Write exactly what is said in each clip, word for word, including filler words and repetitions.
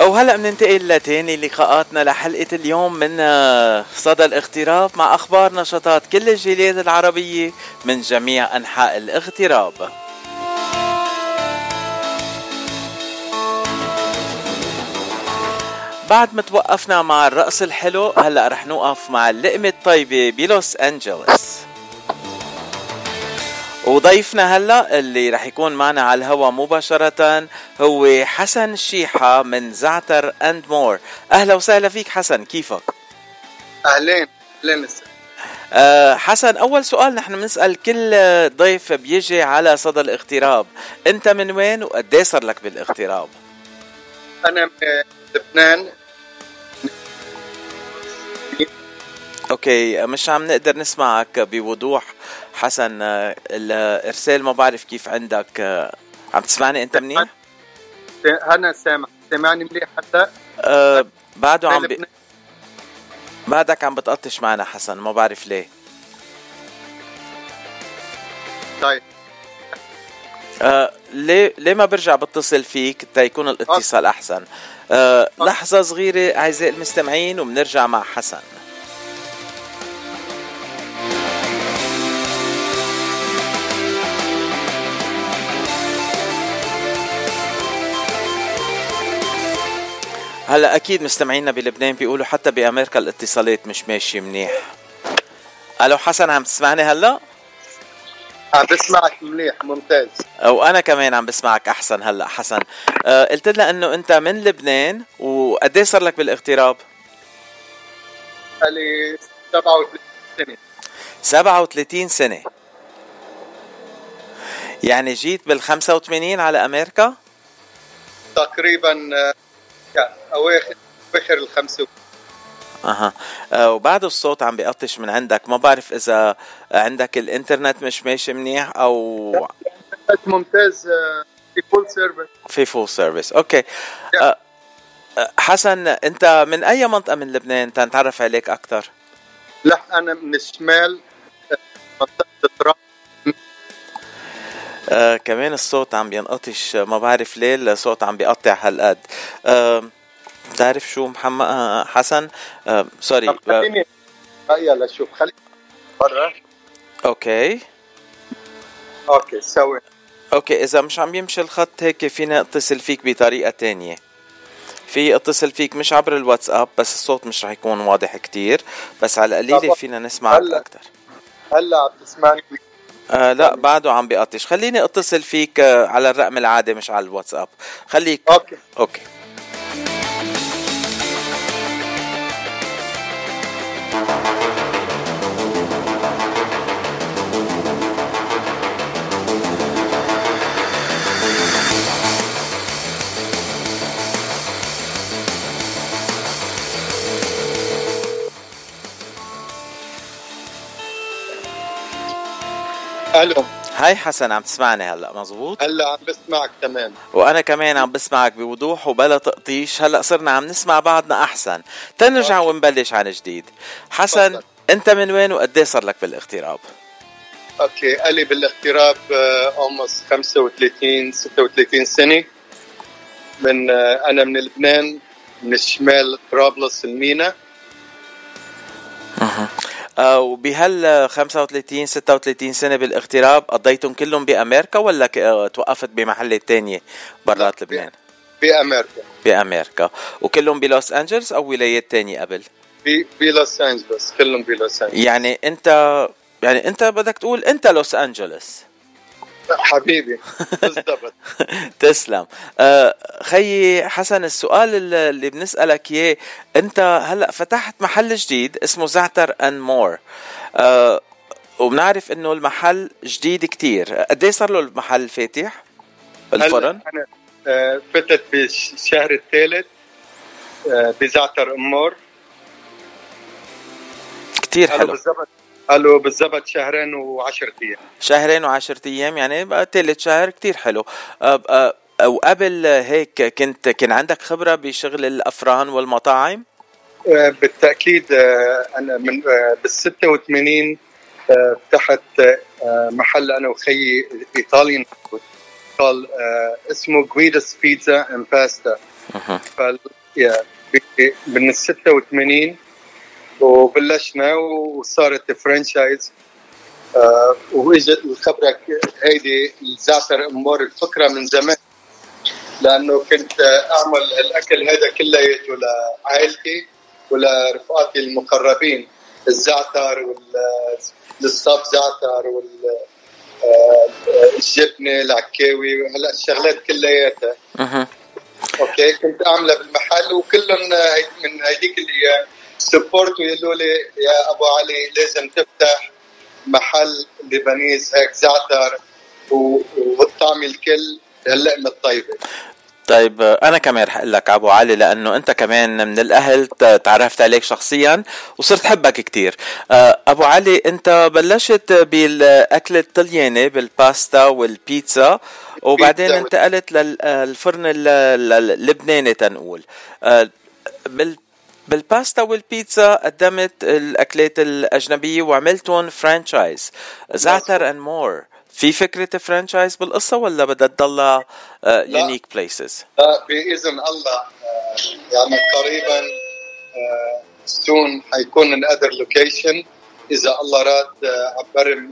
وهلأ بننتقل لتاني لقاءاتنا لحلقة اليوم من صدى الاغتراب مع أخبار نشاطات كل الجاليات العربية من جميع أنحاء الاغتراب. بعد ما توقفنا مع الرقص الحلو، هلأ رح نوقف مع اللقمة الطيبة بلوس أنجلوس. وضيفنا هلأ اللي رح يكون معنا على الهوا مباشرة هو حسن الشيحة من زعتر أند مور. أهلا وسهلا فيك حسن، كيفك؟ أهلين أهلين. أه حسن، أول سؤال نحن بنسأل كل ضيف بيجي على صدى الاغتراب، أنت من وين وقديه صار لك بالاغتراب؟ أنا من لبنان. اوكي، مش عم نقدر نسمعك بوضوح حسن، الارسال ما بعرف كيف عندك. عم تسمعني انت منيح؟ انا سامع، سامعني مليح حتى. أه بعده عم ب... بعدك عم بتقطش معنا حسن، ما بعرف ليه. طيب أه ليه ليه ما برجع بتصل فيك تيكون الاتصال احسن. أه لحظة صغيرة اعزائي المستمعين وبنرجع مع حسن. هلا اكيد مستمعينا بلبنان بيقولوا حتى بامريكا الاتصالات مش ماشي منيح. الو حسن، عم تسمعني هلا؟ عم بسمعك منيح، ممتاز. وانا كمان عم بسمعك احسن هلا حسن. أه قلت لنا انه انت من لبنان، وقد ايه صار لك بالاغتراب؟ لي سبعة وثلاثين سنة. سبعة وثلاثين سنة، يعني جيت بالخمسة وثمانين على امريكا تقريبا، اواخر اواخر الخمسة. اها. أه وبعد الصوت عم بيقطش من عندك، ما بعرف اذا عندك الانترنت مش ماشي منيح او ممتاز. في فول سيرفيس. في فول سيرفيس. اوكي. أه حسن، انت من اي منطقة من لبنان تنتعرف عليك اكثر؟ لا، انا من الشمال، منطقة التراب. آه كمان الصوت عم بينقطش، ما بعرف ليه الصوت عم بيقطع هالقد. آه بتعرف شو محمد آه حسن آه سوري خليني هيا لشوف، خليني برا. اوكي اوكي سوي. اوكي، اذا مش عم يمشي الخط هيك فينا اتصل فيك بطريقة تانية. في اتصل فيك مش عبر الواتساب، بس الصوت مش رح يكون واضح كتير، بس على القليلة فينا نسمعك هلأ. اكتر. هلا عم تسمعني؟ آه لا، بعده عم بيقطش. خليني اتصل فيك آه على الرقم العادي مش على الواتساب. خليك. اوكي اوكي. الو. هاي حسن، عم تسمعني هلا مزبوط؟ هلا عم بسمعك تمام. وانا كمان عم بسمعك بوضوح وبلا تقطيش. هلا صرنا عم نسمع بعضنا احسن. تنرجع ونبلش عن جديد. حسن فضل. انت من وين وقد ايه صار لك بالاغتراب؟ اوكي، الي بالاغتراب almost خمسة وثلاثين ستة وثلاثين سنه. من انا من لبنان، من الشمال، طرابلس، المينا. اها. آه وبهال خمسة وثلاثين ستة وثلاثين سنة بالاغتراب قضيتهم كلهم بأمريكا ولا ك... توقفت بمحلة تانية برات لبنان؟ بأمريكا. بأمريكا. وكلهم بلوس أنجلس أو ولايات تانية قبل؟ ب... بلوس أنجلس، كلهم بلوس أنجلس. يعني أنت يعني أنت بدك تقول أنت لوس أنجلس حبيبي. بالضبط. تسلم. آه خيي حسن، السؤال اللي بنسألك اياه، انت هلأ فتحت محل جديد اسمه زعتر اند مور، آه وبنعرف انه المحل جديد كتير. قديه صار له المحل فاتح الفرن؟ انا آه فتت بالشهر الثالث آه بزعتر اند مور. كتير حلو. بالضبط. قالوا بالضبط شهرين وعشرة أيام. شهرين وعشرة أيام، يعني بقى ثالث شهر. كتير حلو. أه أه وقبل هيك كنت كان عندك خبرة بشغل الأفران والمطاعم؟ أه بالتأكيد. أه أنا من أه بالستة وثمانين أه فتحت أه محل أنا وخيي إيطالي قال أه اسمه غويداس بيتزا اند باستا. فال يا من ستة وثمانين وبلشنا وصارت فرانشايز. آه واجت الخبره هيدي الزعتر امور الفكره من زمان، لانه كنت اعمل الاكل هذا كلياته لعائلتي ولرفقاتي المقربين، الزعتر والصف زعتر والجبنه العكاوي وهلا الشغلات كلياتها. اوكي كنت اعملها بالمحل، وكلهم من هذيك الايام سبورت ويقولوا لي يا ابو علي لازم تفتح محل لبنيز هيك زعتر والطعم الكل هاللقمه الطيبه. طيب انا كمان رح اقول لك ابو علي، لانه انت كمان من الاهل تعرفت عليك شخصيا وصرت حبك كتير. ابو علي انت بلشت بالاكل الطلياني بالباستا والبيتزا، وبعدين انتقلت للفرن اللبناني تنقول. بال بالباستا والبيتزا قدمت الاكلات الاجنبيه وعملتون فرانشايز زعتر اند مور. في فكرة فرانشايز بالقصة ولا بدها تضلها يونيك بليسز؟ لا بإذن الله يعني قريبا سون حيكون من other location إذا الله راد عبر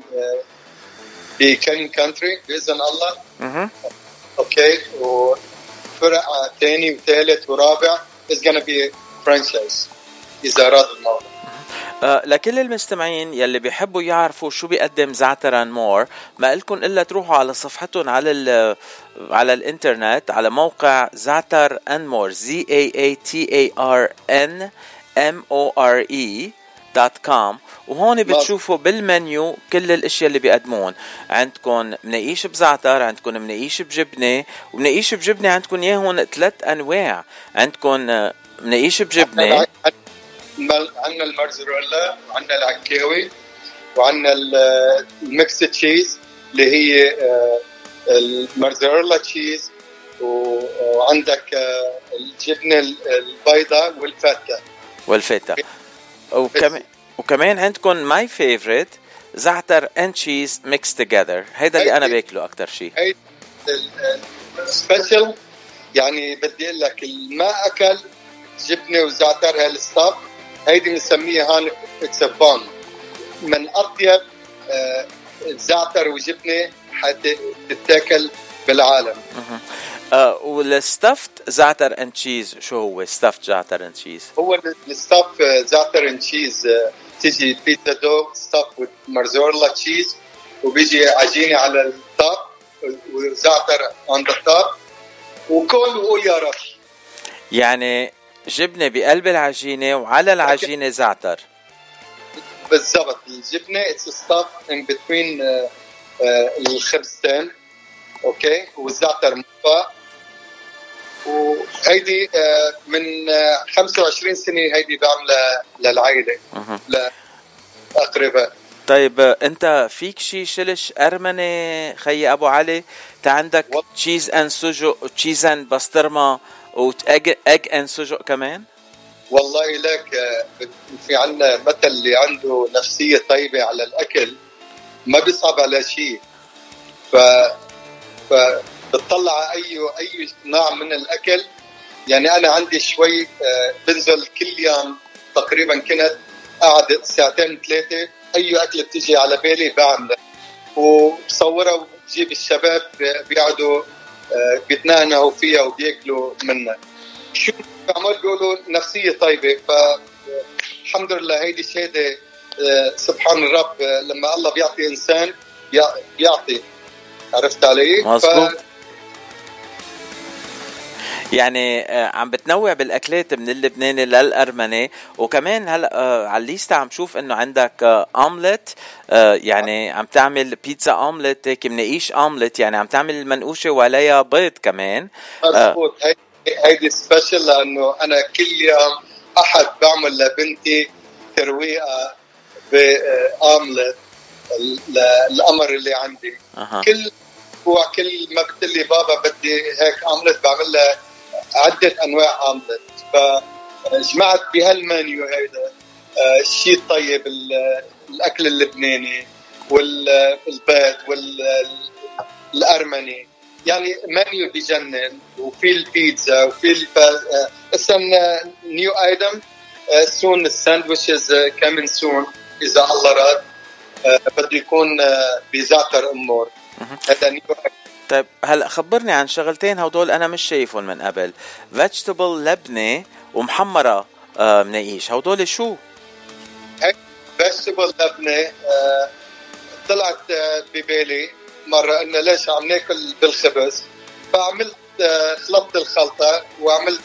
في كان كانتري بإذن الله. اها اوكي وفرع ثاني وثالث ورابع is gonna be franchise إذا راد الموضوع. أه لكل المستمعين يلي بيحبوا يعرفوا شو بيقدم زعتر اند مور، ما إلكن إلا تروحوا على صفحتهم على على الانترنت على موقع زعتر اند مور زي إيه إيه تي إيه آر إن إم أو آر إي دوت كوم، وهون بتشوفوا بالمنيو كل الاشياء اللي بيقدمون. عندكم منقيش بزعتر، عندكم منقيش بجبنه، ومنقيش بجبنه عندكم ياهون ثلاث انواع. عندكم منقيش بجبنه، عندنا المارزاريلا وعندنا العكاوي وعندنا الميكس تشيز اللي هي المارزاريلا تشيز، وعندك الجبنه البيضاء والفاتة والفاتة وكمان وكمان عندكم ماي فيفورت زعتر اند تشيز ميكس توجذر. هيدا اللي انا باكله اكثر شيء. هيدا سبيشال، يعني بدي اقول لك ما اكل جبنه وزعتر هالستاف هيدي بنسميها هون اتس بون من اطيب آه زعتر وجبنه حتى تتاكل بالعالم. اها آه والستافت زعتر اند تشيز شو هو ستافت زعتر اند تشيز؟ هو الستاف زعتر اند تشيز آه تيجي بيتزا دو ستاف ومارزاريلا تشيز، وبيجي عجينه على الطاب وزعتر عند الطاب وكل وقول يا رب. يعني جبنه بقلب العجينه وعلى العجينه زعتر. بالضبط الجبنه اتس ستاف ان بتوين الخبزتين اوكي والزعتر من فوق. وهيدي uh, من uh, خمسة وعشرين سنه هيدي بعملها للعائله لاقرباء. طيب انت فيك شي شلش ارمني خي ابو علي؟ انت عندك تشيز ان سجق تشيز ان بسطرمه واج اج ان سجق كمان؟ والله لك في عنا مثل اللي عنده نفسيه طيبه على الاكل ما بيصعب على شيء، ف ف بتطلع اي اي نوع من الاكل. يعني انا عندي شوي بنزل كل يوم تقريبا كنت قاعد ساعتين ثلاثه اي اكل بتيجي على بالي بعمله وبصورها وبجيب الشباب بيقعدوا بيتنهنوا فيها وبياكلوا منها. شو بعمل بيقولوا نفسيه طيبه، فالحمد لله هيدي شهاده سبحان الرب لما الله بيعطي انسان بيعطي. عرفت علي؟ مظبوط. ف... يعني عم بتنوع بالاكلات من اللبناني للارمني، وكمان هلا على الليسته عم شوف انه عندك اومليت، يعني عم تعمل بيتزا اومليت هيك منقيش اومليت، يعني عم تعمل المنقوشه وعليها بيض كمان. مظبوط. هيدي سبيشال لانه انا كل يوم احد بعمل لبنتي ترويقه باومليت القمر اللي عندي. أه. كل اسبوع كل ما بتقلي بابا بدي هيك اومليت بعمل لها عده انواع اومليت. فجمعت بهالمنيو هيدا الشيء الطيب الاكل اللبناني والبيض والارمني يعني منيو بجنن، وفي البيتزا وفي الب... اسم نيو ايتم سون الساندويتشز كمان سون اذا الله راد. بده يكون بزعتر امور. هذا نيو. طيب هلا خبرني عن شغلتين هدول انا مش شايفهم من قبل، فيجيتابل لبنه ومحمره آه مناقيش، هدول شو؟ هيك فيجيتابل لبنه آه طلعت آه ببالي مره انه ليش عم ناكل بالخبز، فعملت آه خلطت الخلطه وعملت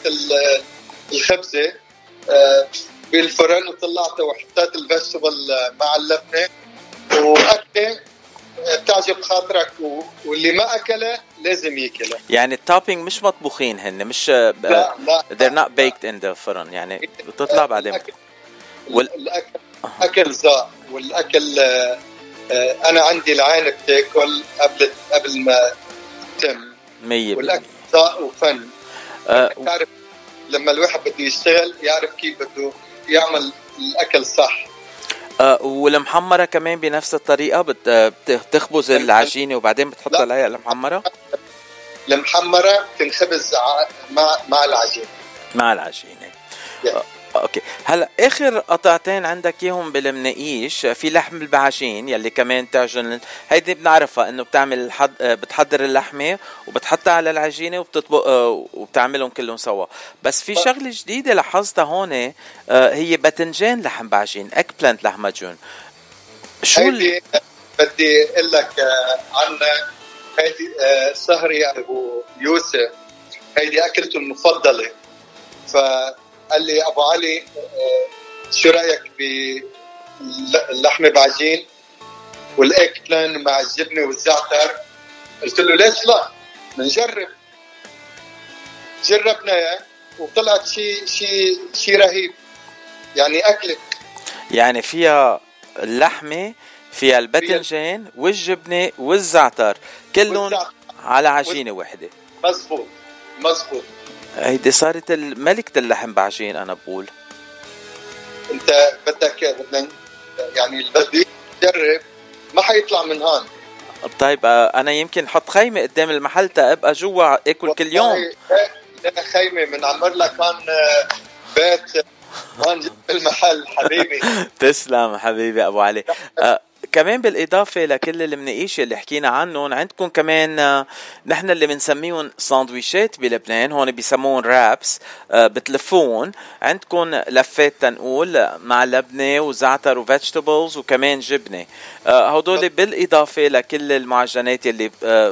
الخبزه آه بالفرن وطلعتها وحطيت الفيجيتابل مع اللبنه واكله بتعجب خاطرك، واللي ما أكله لازم يأكله. يعني التوبينج مش مطبوخين هن، مش لا لا they're not baked in the فرن، يعني بتطلع بعدين. الأكل وال... الأكل أكل زاق، والأكل أنا عندي العين بتاكل قبل قبل ما تم مية. والأكل زاق وفن. أه تعرف لما الواحد بده يشتغل يعرف كيف بده يعمل الأكل صح. أه والمحمرة كمان بنفس الطريقة بتخبز العجينة وبعدين بتحط عليها المحمرة؟ المحمرة تنخبز مع مع العجينة. مع العجينة. أه اوكي. هلا اخر قطعتين عندك اياهم بالمناقيش، في لحم البعجين يلي كمان تعجن، هيدي بنعرفها انه بتعمل الحض... بتحضر اللحمه وبتحطها على العجينه وبتطبق وبتعملهم كلهم سوا. بس في شغله جديده لاحظتها هون، هي باذنجان لحم بعجين، اك بلانت لحم مدجون. شو هيدي بدي اقول لك عنها. هيدي سهري ابو يوسف، هيدي اكلته المفضله. ف قال لي ابو علي شو رايك باللحمه بعجين والايك بلان مع الجبنه والزعتر؟ قلت له ليش لا نجرب. جربناها وطلعت شيء شيء شيء رهيب. يعني اكله يعني فيها اللحمه، فيها الباذنجان والجبنه والزعتر كلهم على عجينه واحده. مزبوط مزبوط. هيدي صارت ملكة اللحم بعجين أنا بقول. أنت بدك بدنا يعني اللي بدي يجرب ما حيطلع من هون. طيب أنا يمكن حط خيمة قدام المحل تبقى جوا أكل كل يوم. لا خيمة من عمر لك كان بيت هون جنب المحل حبيبي. تسلم حبيبي أبو علي. أه كمان بالإضافة لكل المناقيش اللي حكينا عنهم، عندكم كمان آه نحن اللي بنسميهم ساندويشات بلبنان، هون بيسمون رابس، آه بتلفون عندكم لفات تنقول مع لبنة وزعتر وفيجيتابلز وكمان جبنة. آه هدول بالإضافة لكل المعجنات اللي آه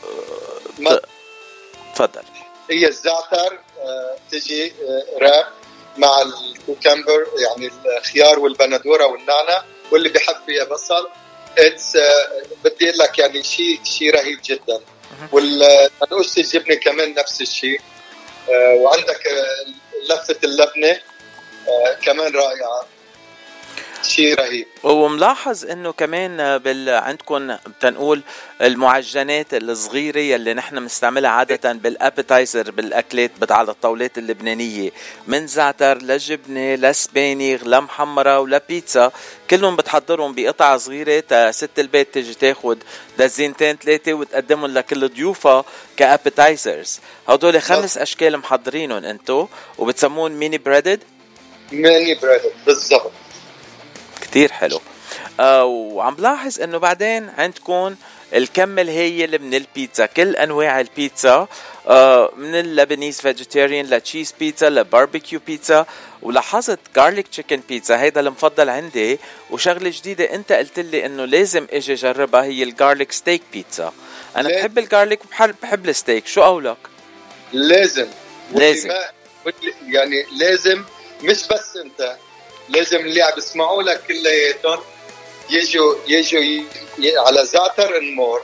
ما تفضل. هي الزعتر آه تجي آه راب مع الكوكمبر، يعني الخيار والبندورة والنعناع، واللي بيحب فيها بصل. اتس بدي اقول لك يعني شيء شيء رهيب جدا. والمنقوشة الجبنه كمان نفس الشيء. وعندك لفه اللبنه كمان رائعه، شيء رهيب. وملاحظ انه كمان بال... عندكم بتنقول المعجنات الصغيره اللي نحن بنستعملها عاده بالابيتايزر بالاكلات على الطاولات اللبنانيه، من زعتر لجبنه لسبانغ لمحمره ولا بيتزا، كلهم بتحضرهم بقطعه صغيره تا ست البيت تجي تاخد دزينتين ثلاثه وتقدمهم لكل ضيوفها كابيتايزرز. هدول خمس اشكال محضرينهم انتو وبتسمون ميني بريدد. ميني بريدد بالضبط. كتير حلو. آه وعم لاحظ انه بعدين عندكم الكمل هي اللي من البيتزا، كل انواع البيتزا، آه من اللبنيز فيجيتيريان لتشيز بيتزا لباربيكيو بيتزا، ولاحظت غارليك تشيكن بيتزا هيدا المفضل عندي. وشغله جديده انت قلت لي انه لازم اجي اجربها، هي الغارليك ستيك بيتزا. انا لازم. بحب الغارليك وبحب بحب الستيك، شو قولك؟ لازم لازم يعني لازم، مش بس انت، لازم اللي عم يسمعوا لك كلياتهم يجوا يجوا ي... ي... على زعتر انمور،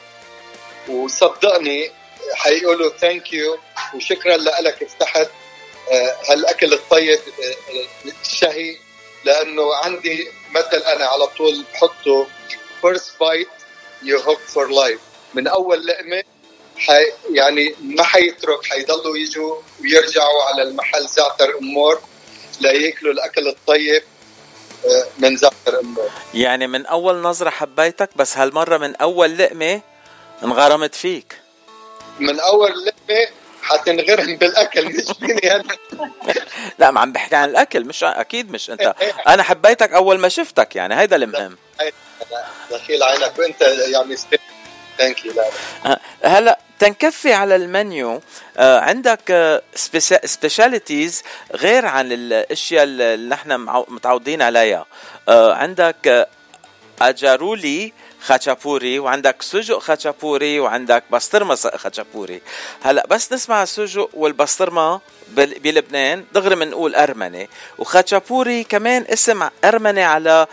وصدقني حيقولوا ثانك يو وشكرا لك فتحت آه هالاكل الطيب آه الشهي. لانه عندي مثل انا على طول بحطه first bite you hook for life. من اول لقمه حي... يعني ما حيترك، حيضلوا يجوا ويرجعوا على المحل زعتر انمور لياكلوا الاكل الطيب من زعتر انمور. يعني من اول نظره حبيتك، بس هالمره من اول لقمه انغرمت فيك. من اول لقمه حتنغرهم بالاكل مش فيني انا. لا ما عم بحكي عن الاكل، مش اكيد مش انت. انا حبيتك اول ما شفتك يعني، هيدا المهم. دخيل عينك وانت يعني ثانك يو. لا هلا تنكفي على المنيو عندك سبيشاليتيز غير عن الاشياء اللي نحن متعودين عليها. عندك اجارولي خاتشابوري، وعندك سجق خاتشابوري، وعندك بسطرمه خاتشابوري. هلا بس نسمع السجق والبسطرمه بلبنان دغري بنقول ارمني، وخاتشابوري كمان اسم ارمني. على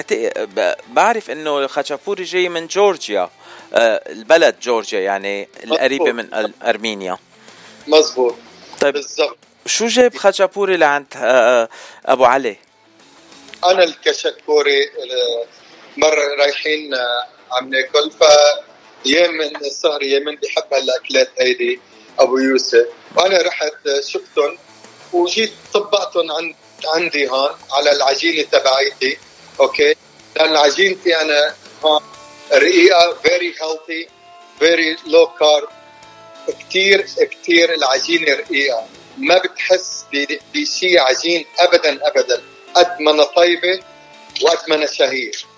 بعرف انه الخاتشابوري جاي من جورجيا، البلد جورجيا يعني القريبه من ارمينيا. مزبوط. طيب بالضبط. شو جاب خاتشابوري لعند ابو علي؟ انا الكشكوري مرة رايحين عم ناكل، فيمن السهر يمن بيحب هالاكلات هيدي ابو يوسف، وانا رحت شفتهم وجيت طبقتهم عند عندي هون على العجينه تبعيتي. اوكي، لان عجينتي انا هون رقيقه، very healthy very low carb، كتير كتير العجينه رقيقه، ما بتحس بشيء عجين ابدا ابدا، قد ما انا طيبه وقد ما انا شهير.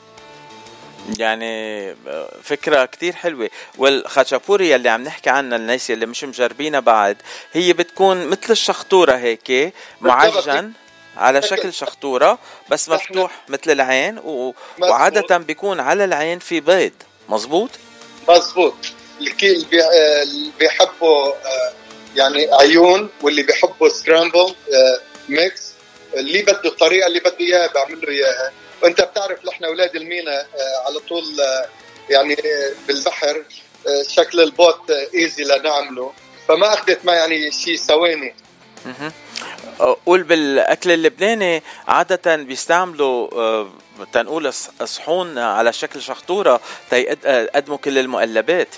يعني فكرة كتير حلوة. والخاتشابوري اللي عم نحكي عنها الناس اللي مش مجربينها بعد، هي بتكون مثل الشخطورة هيك معجن على شكل شخطورة بس مفتوح مثل العين، و... وعادة بيكون على العين في بيض. مزبوط مزبوط. اللي بيحبوا يعني عيون، واللي بيحبوا سكرامبل ميكس، اللي بده الطريقة اللي بده اياها بعمل له اياها. وانت بتعرف نحن اولاد المينا على طول يعني بالبحر، شكل البوت ايزي لنعمله، فما اخذت ما يعني شيء ثواني. قول بالاكل اللبناني عاده بيستعملوا تنقول صحون على شكل شخطوره تقدموا كل المقلبات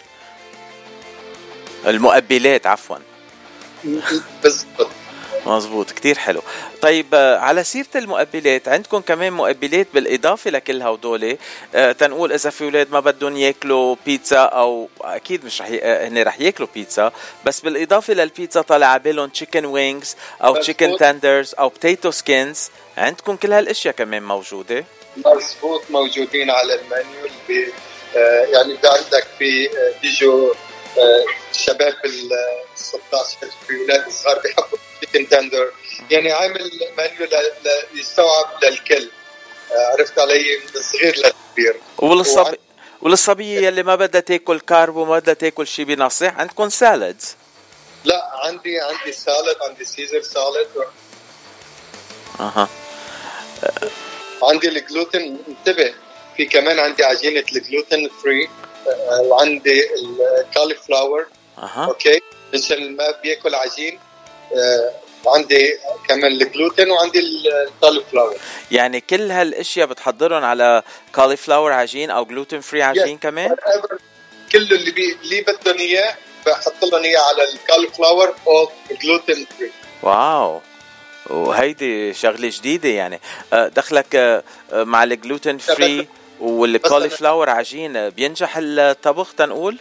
المقبلات عفوا. بالضبط مزبوط، كتير حلو. طيب على سيرة المقبلات، عندكم كمان مقبلات بالإضافة لكل هودولي؟ أه تنقول إذا في أولاد ما بدهم يأكلوا بيتزا، أو أكيد مش رح ي... هن رح يأكلوا بيتزا، بس بالإضافة للبيتزا طالع عبالهم chicken wings أو chicken tenders أو potato skins. عندكم كل هالأشياء كمان موجودة؟ مزبوط، موجودين على المنيو. اللي آه يعني عندك في آه بيجوا آه شباب ال ستة عشر في أولاد صغار بيحبوا chicken tender، يعني عامل منيو ل... يستوعب للكل. عرفت علي؟ من الصغير للكبير. والصبي وعن... والصبية اللي ما بدها تاكل كارب وما بدها تاكل شيء بنصيح، عندكم سالادز؟ لا عندي عندي سالاد، عندي سيزر سالاد و... اها عندي الجلوتين. انتبه، في كمان عندي عجينة الجلوتين فري، وعندي الكالي فلاور. اها اوكي، عشان ما بياكل عجين. آه عندي كمان الجلوتين وعندي الكالي فلاور. يعني كل هالاشياء بتحضرهم على كالي فلاور عجين او جلوتين فري عجين yeah. كمان كل اللي بي... اللي بدهم اياه بحط لهم اياه على الكالي فلاور او جلوتين فري. واو، وهيدي شغله جديده يعني. دخلك مع الجلوتين فري والكالي فلاور عجين بينجح الطبخ تنقول؟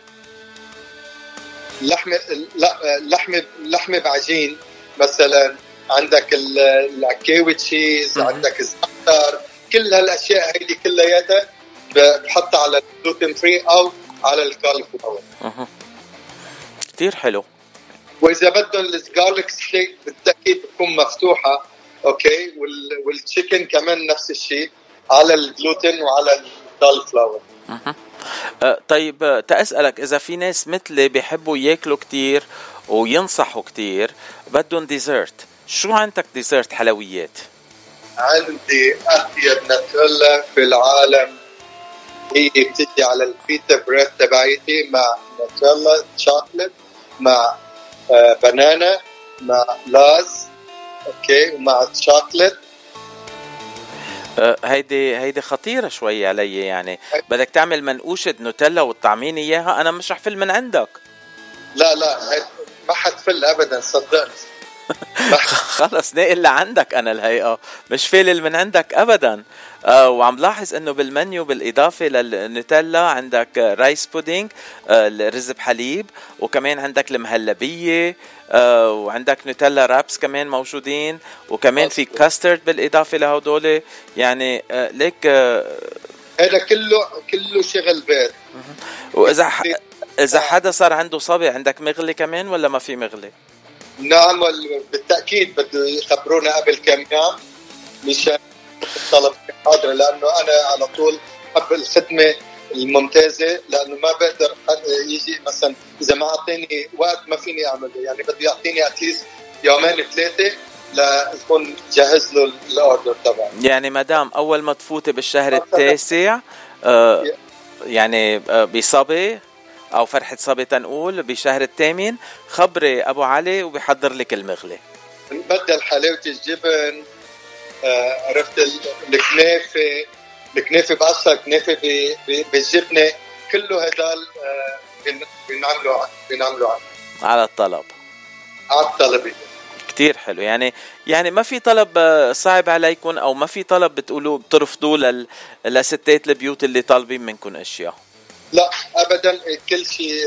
لحمه لا لحمه لحمه بعجين مثلا، عندك العكاوي تشيز، عندك الزعتر، كل هالاشياء هيدي كلياتها بحطها على الجلوتين فري او على الكالي فلاور. اها كثير حلو. واذا بدهم الجارليك ستيك بالتاكيد بتكون مفتوحه. اوكي، والتشيكن كمان نفس الشيء على الجلوتين وعلى الكالي فلاور. اها أه طيب تأسألك، إذا في ناس مثلي بيحبوا ياكلوا كتير وينصحوا كتير بدهم ديزرت، شو عندك ديزرت حلويات؟ عندي أطيب نوتيلا في العالم، هي بتجي على البيتا بريد تبعيتي مع نوتيلا شوكولات مع آه بنانا مع لاز. اوكي، ومع شوكولات. أه هيدي هيدي خطيرة شوي علي يعني. بدك تعمل منقوشة نوتيلا وتطعميني إياها؟ أنا مش رح فل من عندك. لا لا ما حتفل أبدا صدقني. خلص ناقل لعندك أنا الهيئة، مش فالل من عندك أبدا. آه وعم لاحظ إنه بالمنيو بالإضافة للنوتيلا عندك رايس بودينج، آه الرز بحليب، وكمان عندك المهلبية، آه وعندك نوتيلا رابس كمان موجودين، وكمان في كاسترد بالإضافة لهدول. يعني آه ليك آه هذا كله كله شغل بيت. وإذا ح... إذا حدا صار عنده صبي، عندك مغلي كمان ولا ما في مغلي؟ نعم بالتأكيد بده يخبرونا قبل كم يوم مشان الطلب حاضر، لأنه أنا على طول أحب الخدمة الممتازة، لأنه ما بقدر يجي مثلا إذا ما أعطيني وقت ما فيني أعمله، يعني بده يعطيني أتليست يومين ثلاثة لأكون جاهز له الأوردر طبعا. يعني مدام أول ما تفوتي بالشهر التاسع آه يعني آه بصبي أو فرحة صبي تنقول بشهر الثامن، خبري أبو علي وبيحضر لك المغلي. نبدل حلاوة الجبن، آه عرفت الكنافة، الكنافة بقصة كنافة بالجبنة، كله هدال آه بنعمله بنعمله على الطلب على الطلب. كتير حلو. يعني يعني ما في طلب صعب عليكم، أو ما في طلب بتقولوا بترفضوا لل... لستات البيوت اللي طالبين منكم أشياء؟ لا أبدا، كل شيء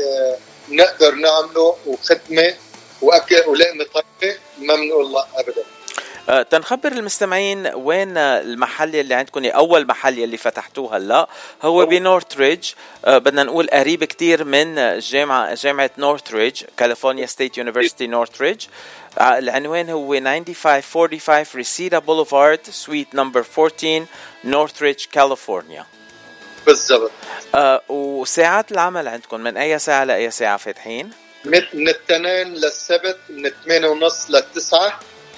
نقدر نعمله، وخدمة وأكل ولقمة طيبة ما بنقول لا أبدا. أه تنخبر المستمعين وين المحل اللي عندكم، أول محل اللي فتحتوه هلا؟ هو بنورثريدج، أه بدنا نقول قريب كتير من جامعة جامعة نورثريدج، كاليفورنيا ستيت يونيفرسيتي نورثريدج. العنوان هو خمسة وتسعين أربعة وأربعين ريسيدا بوليفارد سويت نمبر أربعتاشر نورثريدج كاليفورنيا. بالضبط. أه وساعات العمل عندكم من أي ساعة لأي ساعة فاتحين؟ من التنين للسبت من الثمانية ونص للتسعة.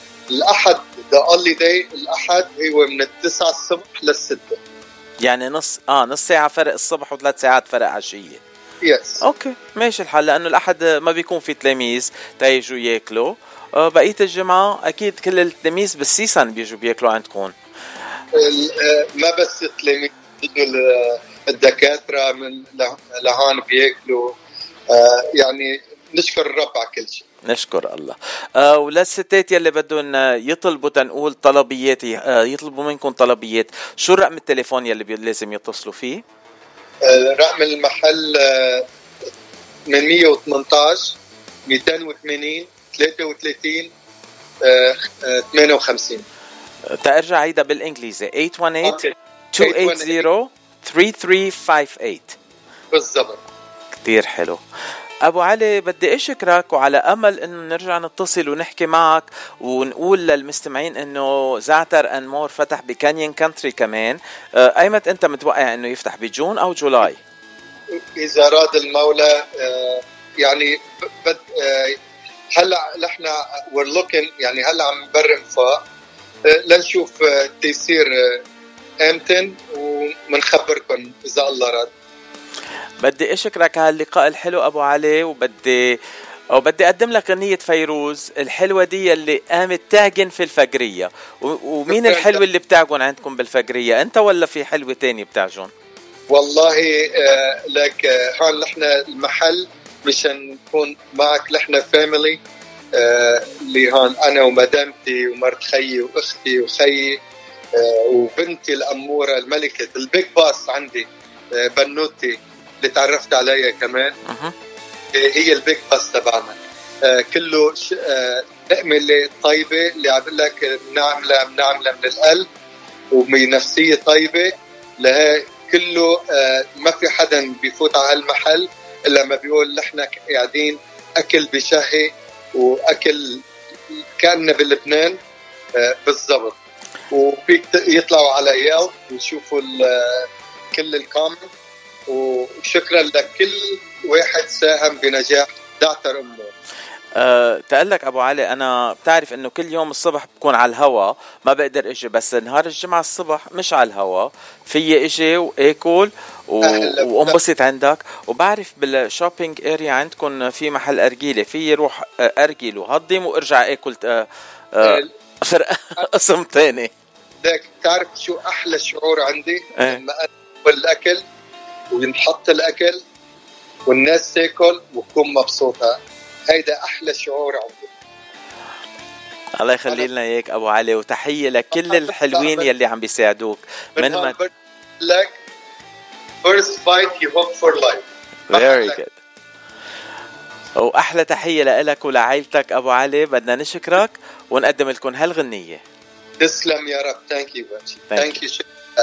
الأحد the only day الأحد هو من التسعة الصبح للستة. يعني نص آه نص ساعة فرق الصبح وثلاث ساعات فرق عشية. يس. أوكي ماشي الحال، لأنه الأحد ما بيكون في تلاميذ تيجوا يأكلوا. آه بقية الجمعة أكيد كل التلاميذ بالسيسن بيجوا بيأكلوا عندكم. ما بس التلاميذ، الدكاترة من لهان بيأكلوا. آه يعني نشكر الرب على كل شيء. نشكر الله. آه وللستات يلي بدهم يطلبوا تنقول طلبيات، آه يطلبوا منكم طلبيات، شو الرقم التليفون يلي لازم يتصلوا فيه؟ آه رقم المحل آه ثمانمية وثمانية عشر مئتين وثمانين ثلاثة وثلاثين آه آه ثمانية وخمسين. تأرجع عيدا بالإنجليزي ثمانية واحد ثمانية اثنين صفر ثلاثة ثلاثة خمسة ثمانية. بالضبط. كتير حلو. أبو علي بدي أشكرك، وعلى أمل أنه نرجع نتصل ونحكي معك ونقول للمستمعين أنه زعتر أند مور فتح بكانيون كانتري كمان. أيمت أنت متوقع أنه يفتح بجون أو جولاي؟ إذا راد المولى. يعني بد هلا نحن we're looking، يعني هلا عم نبرم فوق لنشوف تيسير امتى ومنخبركم إذا الله راد. بدي أشكرك على اللقاء الحلو أبو علي، وبدي أو بدي أقدم لك غنية فيروز الحلوة دي اللي قامت تعجن في الفجرية. ومين الحلوة اللي بتعجن عندكم بالفجرية، أنت ولا في حلوة تاني بتعجن؟ والله آه لك آه هون نحن المحل مشان نكون معك، نحن فاميلي آه اللي هون أنا ومدامتي ومرت خيي وأختي وخيي آه وبنتي الأمورة الملكة البيج باس عندي آه بنوتي اللي تعرفت عليها كمان. أه. هي البيج باس تبعنا. آه كله نقمة اللي طيبة اللي عبد لك بنعملها بنعملها من القلب وبنفسية طيبة لها كله. آه ما في حدا بيفوت على هالمحل إلا ما بيقول نحن قاعدين أكل بشهي وأكل كأننا بلبنان. آه بالضبط. وفيك يطلعوا على يالب ويشوفوا كل الكومنت. وشكرا لكل واحد ساهم بنجاح زعتر أند مور. أه تقلك أبو علي، أنا بتعرف أنه كل يوم الصبح بكون على الهوا ما بقدر إجي، بس نهار الجمعة الصبح مش على الهوا في إجي وآكل وانبسط عندك. وبعرف بالشوبينج اريا عندكم في محل أرجيلة، في روح أرجيل وهضم وارجع آكل أه أه فرق قسم تاني. داك تعرف شو أحلى شعور عندي؟ اه. لما أكل الأكل وينحط الأكل والناس تاكل وتكون مبسوطة، هيدا أحلى شعور عندي. الله يخلي لنا اياك ابو علي، وتحيه لكل الحلوين يلي عم بيساعدوك. من ما لك first fight you hope for life. very good. واحلى تحيه لك ولعائلتك ابو علي. بدنا نشكرك ونقدم لكم هالغنيه. تسلم يا رب. ثانك يو ثانك يو.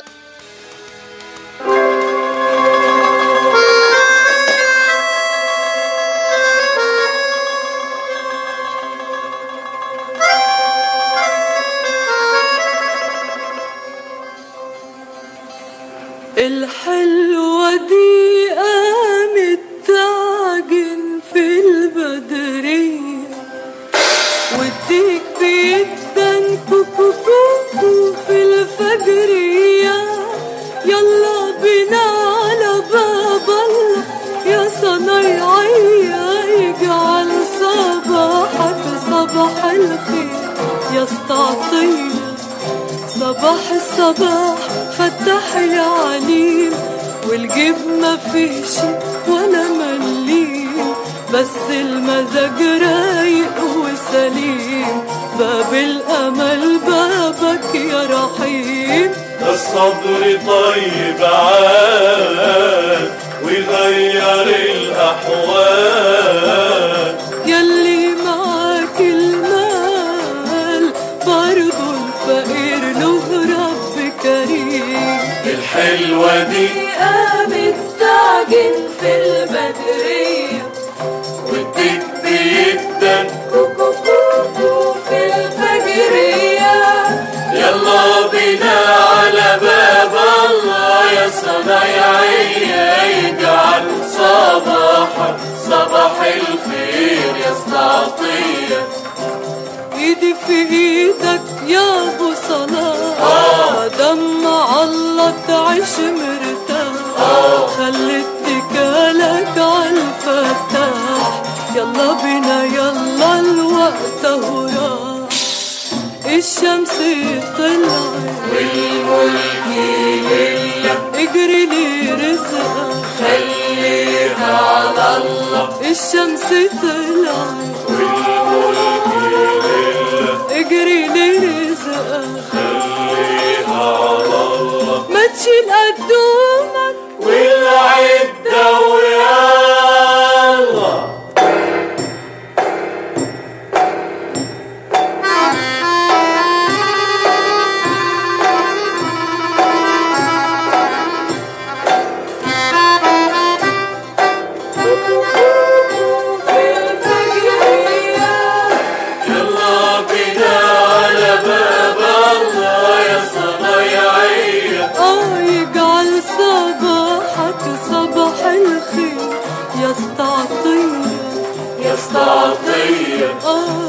الحلوة دي قامت تعجن في البدرية، والديك بيدن كوكو كوكو في الفجرية. يلا بينا على باب الله يا صنايعية، يجعل صباحك صباح الخير يا استعطية. صباح الصباح فتح يا عليم، والجيب ما فيش ولا مليم، بس المزاج رايق وسليم. باب الأمل بابك يا رحيم. الصبر طيب عاد ويغير الأحوال. يلي معاك المال برضو الفقير له رب كريم. الحلوة دي قامت تعجن في البدرية، والديك بيدن كوكو كوكو في الفجرية. يلا بينا على باب الله يا صنايعية، يجعل صباحك صباح الخير يا استعطية. ايدي في ايدك يا ابو صلاح، دمع الله تعيش مرتاح. خلي اتكالك عالفتاح، يلا بينا يلا الوقت اهو راح. الشمس طلعت والملك لله، اجري لي رزقك خليها على الله. الشمس طلعت والملك لله، اجري لي رزقك خليها على الله. ما تشيل قدومك والعدة ويا الله. يا استعطية يا استعطية. آه